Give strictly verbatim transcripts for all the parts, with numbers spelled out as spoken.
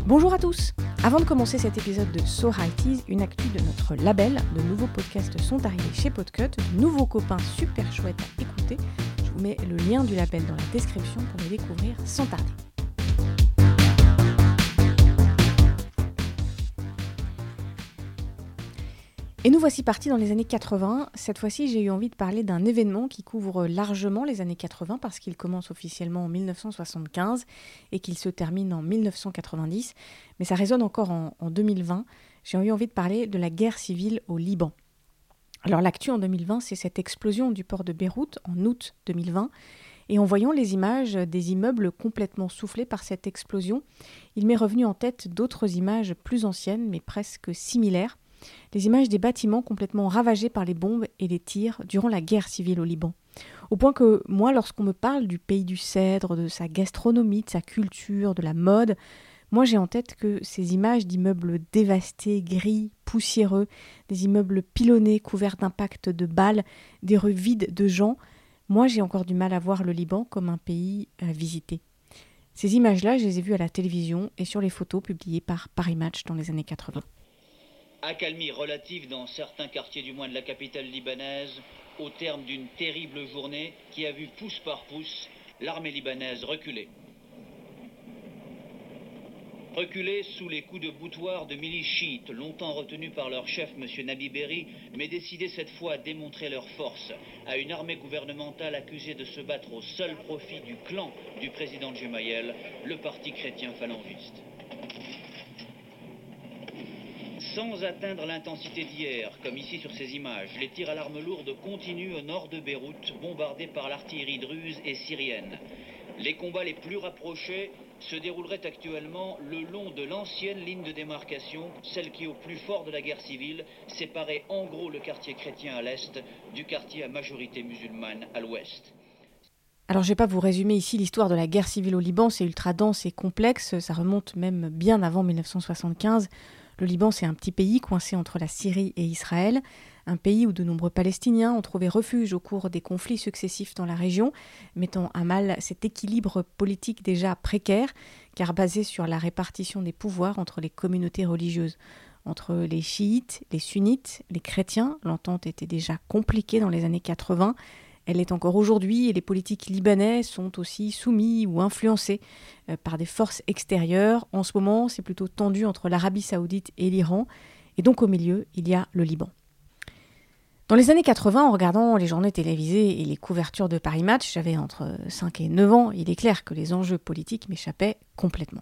Bonjour à tous. Avant de commencer cet épisode de So Righties, une actu de notre label. De nouveaux podcasts sont arrivés chez Podcut, de nouveaux copains super chouettes à écouter. Je vous mets le lien du label dans la description pour les découvrir sans tarder. Et nous voici partis dans les années quatre-vingts. Cette fois-ci, j'ai eu envie de parler d'un événement qui couvre largement les années quatre-vingts parce qu'il commence officiellement en dix-neuf cent soixante-quinze et qu'il se termine en dix-neuf cent quatre-vingt-dix. Mais ça résonne encore en, en deux mille vingt. J'ai eu envie de parler de la guerre civile au Liban. Alors l'actu en deux mille vingt, c'est cette explosion du port de Beyrouth en août deux mille vingt. Et en voyant les images des immeubles complètement soufflés par cette explosion, il m'est revenu en tête d'autres images plus anciennes mais presque similaires. Les images des bâtiments complètement ravagés par les bombes et les tirs durant la guerre civile au Liban. Au point que moi, lorsqu'on me parle du pays du cèdre, de sa gastronomie, de sa culture, de la mode, moi j'ai en tête que ces images d'immeubles dévastés, gris, poussiéreux, des immeubles pilonnés couverts d'impacts de balles, des rues vides de gens, moi j'ai encore du mal à voir le Liban comme un pays à visiter. Ces images-là, je les ai vues à la télévision et sur les photos publiées par Paris Match dans les années quatre-vingts. Accalmie relative dans certains quartiers du moins de la capitale libanaise, au terme d'une terrible journée qui a vu pouce par pouce l'armée libanaise reculer. Reculer sous les coups de boutoir de milices chiites, longtemps retenus par leur chef, M. Nabi Berri, mais décidés cette fois à démontrer leur force à une armée gouvernementale accusée de se battre au seul profit du clan du président Gemayel, le parti chrétien phalangiste. Sans atteindre l'intensité d'hier, comme ici sur ces images, les tirs à l'arme lourde continuent au nord de Beyrouth, bombardés par l'artillerie druze et syrienne. Les combats les plus rapprochés se dérouleraient actuellement le long de l'ancienne ligne de démarcation, celle qui, au plus fort de la guerre civile, séparait en gros le quartier chrétien à l'est du quartier à majorité musulmane à l'ouest. Alors je ne vais pas vous résumer ici l'histoire de la guerre civile au Liban, c'est ultra dense et complexe, ça remonte même bien avant dix-neuf cent soixante-quinze. Le Liban, c'est un petit pays coincé entre la Syrie et Israël, un pays où de nombreux Palestiniens ont trouvé refuge au cours des conflits successifs dans la région, mettant à mal cet équilibre politique déjà précaire, car basé sur la répartition des pouvoirs entre les communautés religieuses. Entre les chiites, les sunnites, les chrétiens, l'entente était déjà compliquée dans les années quatre-vingts. Elle l'est encore aujourd'hui et les politiques libanais sont aussi soumis ou influencés par des forces extérieures. En ce moment, c'est plutôt tendu entre l'Arabie saoudite et l'Iran. Et donc au milieu, il y a le Liban. Dans les années quatre-vingts, en regardant les journées télévisées et les couvertures de Paris Match, j'avais entre cinq et neuf ans, il est clair que les enjeux politiques m'échappaient complètement.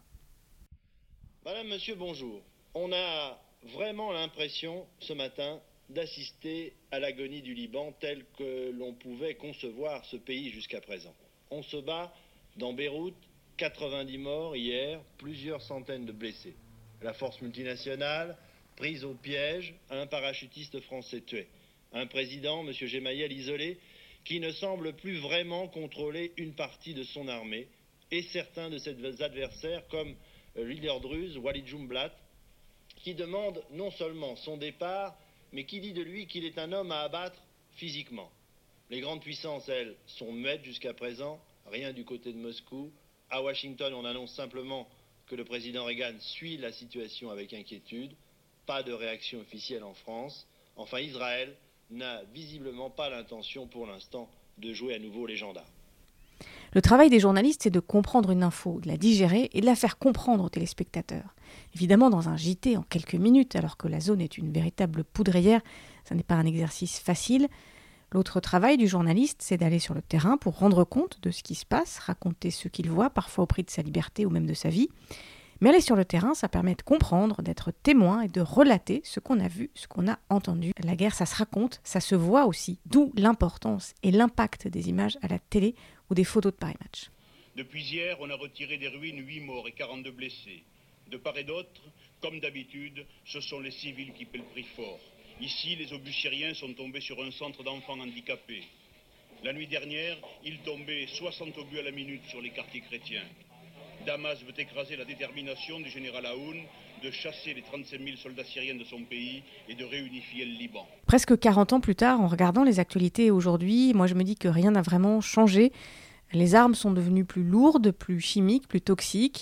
Madame, monsieur, bonjour. On a vraiment l'impression ce matin d'assister à l'agonie du Liban telle que l'on pouvait concevoir ce pays jusqu'à présent. On se bat dans Beyrouth, quatre-vingt-dix morts hier, plusieurs centaines de blessés. La force multinationale, prise au piège, un parachutiste français tué. Un président, M. Gemayel, isolé, qui ne semble plus vraiment contrôler une partie de son armée, et certains de ses adversaires, comme le leader druze, Walid Jumblat, qui demande non seulement son départ, mais qui dit de lui qu'il est un homme à abattre physiquement. Les grandes puissances, elles, sont muettes jusqu'à présent, rien du côté de Moscou. À Washington, on annonce simplement que le président Reagan suit la situation avec inquiétude. Pas de réaction officielle en France. Enfin, Israël n'a visiblement pas l'intention pour l'instant de jouer à nouveau les gendarmes. Le travail des journalistes, c'est de comprendre une info, de la digérer et de la faire comprendre aux téléspectateurs. Évidemment, dans un J T en quelques minutes, alors que la zone est une véritable poudrière, ça n'est pas un exercice facile. L'autre travail du journaliste, c'est d'aller sur le terrain pour rendre compte de ce qui se passe, raconter ce qu'il voit, parfois au prix de sa liberté ou même de sa vie. Mais aller sur le terrain, ça permet de comprendre, d'être témoin et de relater ce qu'on a vu, ce qu'on a entendu. La guerre, ça se raconte, ça se voit aussi, d'où l'importance et l'impact des images à la télé ou des photos de Paris Match. Depuis hier, on a retiré des ruines huit morts et quarante-deux blessés. De part et d'autre, comme d'habitude, ce sont les civils qui paient le prix fort. Ici, les obus syriens sont tombés sur un centre d'enfants handicapés. La nuit dernière, ils tombaient soixante obus à la minute sur les quartiers chrétiens. Damas veut écraser la détermination du général Aoun de chasser les trente-cinq mille soldats syriens de son pays et de réunifier le Liban. Presque quarante ans plus tard, en regardant les actualités aujourd'hui, moi je me dis que rien n'a vraiment changé. Les armes sont devenues plus lourdes, plus chimiques, plus toxiques.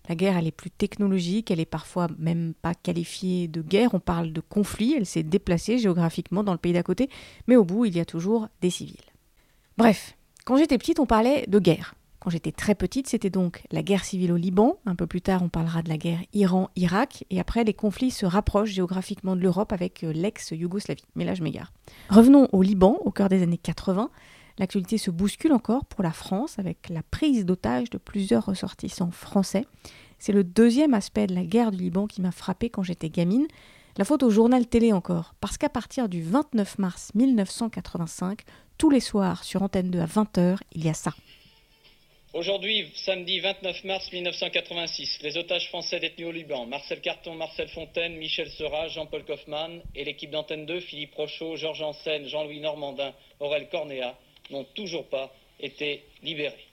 La guerre, elle est plus technologique, elle est parfois même pas qualifiée de guerre, on parle de conflit, elle s'est déplacée géographiquement dans le pays d'à côté, mais au bout, il y a toujours des civils. Bref, quand j'étais petite, on parlait de guerre. Quand j'étais très petite, c'était donc la guerre civile au Liban. Un peu plus tard, on parlera de la guerre Iran-Irak. Et après, les conflits se rapprochent géographiquement de l'Europe avec l'ex-Yougoslavie. Mais là, je m'égare. Revenons au Liban, au cœur des années quatre-vingts. L'actualité se bouscule encore pour la France avec la prise d'otages de plusieurs ressortissants français. C'est le deuxième aspect de la guerre du Liban qui m'a frappée quand j'étais gamine. La faute au journal télé encore, parce qu'à partir du vingt-neuf mars mille neuf cent quatre-vingt-cinq, tous les soirs sur Antenne deux à vingt heures, il y a ça. Aujourd'hui, samedi vingt-neuf mars mille neuf cent quatre-vingt-six, les otages français détenus au Liban, Marcel Carton, Marcel Fontaine, Michel Seurat, Jean-Paul Kaufmann et l'équipe d'Antenne deux, Philippe Rochaud, Georges Janssen, Jean-Louis Normandin, Aurel Cornéa, n'ont toujours pas été libérés.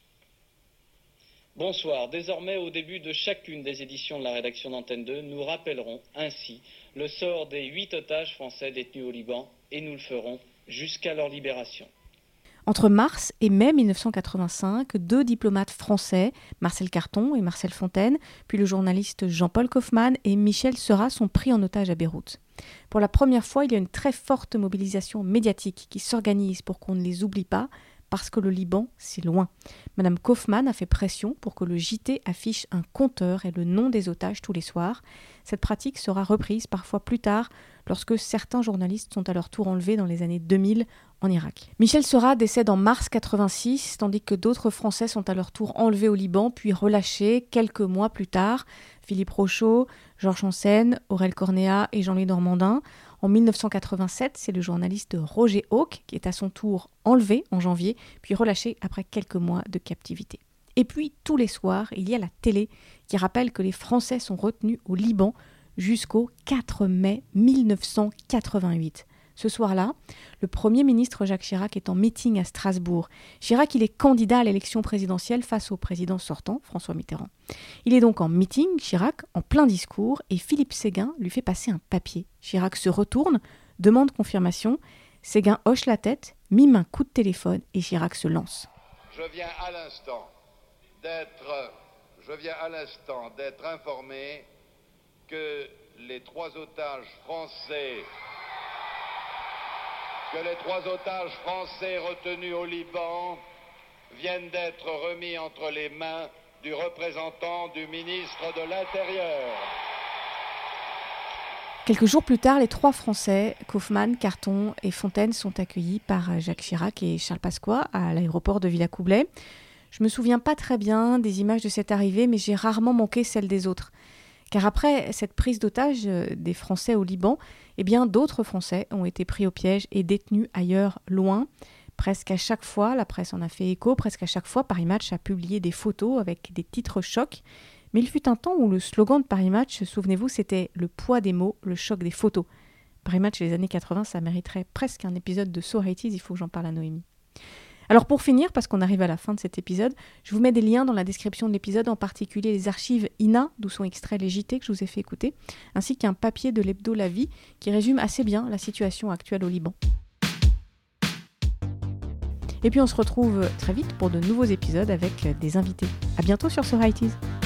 Bonsoir. Désormais, au début de chacune des éditions de la rédaction d'Antenne deux, nous rappellerons ainsi le sort des huit otages français détenus au Liban et nous le ferons jusqu'à leur libération. Entre mars et mai mille neuf cent quatre-vingt-cinq, deux diplomates français, Marcel Carton et Marcel Fontaine, puis le journaliste Jean-Paul Kaufmann et Michel Seurat sont pris en otage à Beyrouth. Pour la première fois, il y a une très forte mobilisation médiatique qui s'organise pour qu'on ne les oublie pas, parce que le Liban, c'est loin. Madame Kaufmann a fait pression pour que le J T affiche un compteur et le nom des otages tous les soirs. Cette pratique sera reprise parfois plus tard, lorsque certains journalistes sont à leur tour enlevés dans les années deux mille en Irak. Michel Seurat décède en mars quatre-vingt-six, tandis que d'autres Français sont à leur tour enlevés au Liban, puis relâchés quelques mois plus tard. Philippe Rochaud, Georges Janssen, Aurel Cornéa et Jean-Louis Normandin. En mille neuf cent quatre-vingt-sept, c'est le journaliste Roger Hawke qui est à son tour enlevé en janvier, puis relâché après quelques mois de captivité. Et puis, tous les soirs, il y a la télé qui rappelle que les Français sont retenus au Liban jusqu'au quatre mai mille neuf cent quatre-vingt-huit. Ce soir-là, le Premier ministre Jacques Chirac est en meeting à Strasbourg. Chirac, il est candidat à l'élection présidentielle face au président sortant, François Mitterrand. Il est donc en meeting, Chirac, en plein discours, et Philippe Séguin lui fait passer un papier. Chirac se retourne, demande confirmation. Séguin hoche la tête, mime un coup de téléphone et Chirac se lance. Je viens à l'instant d'être, je viens à l'instant d'être informé que les trois otages français, que les trois otages français retenus au Liban viennent d'être remis entre les mains du représentant du ministre de l'Intérieur. Quelques jours plus tard, les trois Français, Kaufmann, Carton et Fontaine, sont accueillis par Jacques Chirac et Charles Pasqua à l'aéroport de Villacoublay. Je me souviens pas très bien des images de cette arrivée, mais j'ai rarement manqué celles des autres. Car après cette prise d'otage des Français au Liban, eh bien d'autres Français ont été pris au piège et détenus ailleurs, loin. Presque à chaque fois, la presse en a fait écho, presque à chaque fois, Paris Match a publié des photos avec des titres chocs. Mais il fut un temps où le slogan de Paris Match, souvenez-vous, c'était « Le poids des mots, le choc des photos ». Paris Match les années quatre-vingts, ça mériterait presque un épisode de So eighties, il faut que j'en parle à Noémie. Alors pour finir, parce qu'on arrive à la fin de cet épisode, je vous mets des liens dans la description de l'épisode, en particulier les archives I N A, d'où sont extraits les J T que je vous ai fait écouter, ainsi qu'un papier de l'hebdo La Vie qui résume assez bien la situation actuelle au Liban. Et puis on se retrouve très vite pour de nouveaux épisodes avec des invités. À bientôt sur So eighties.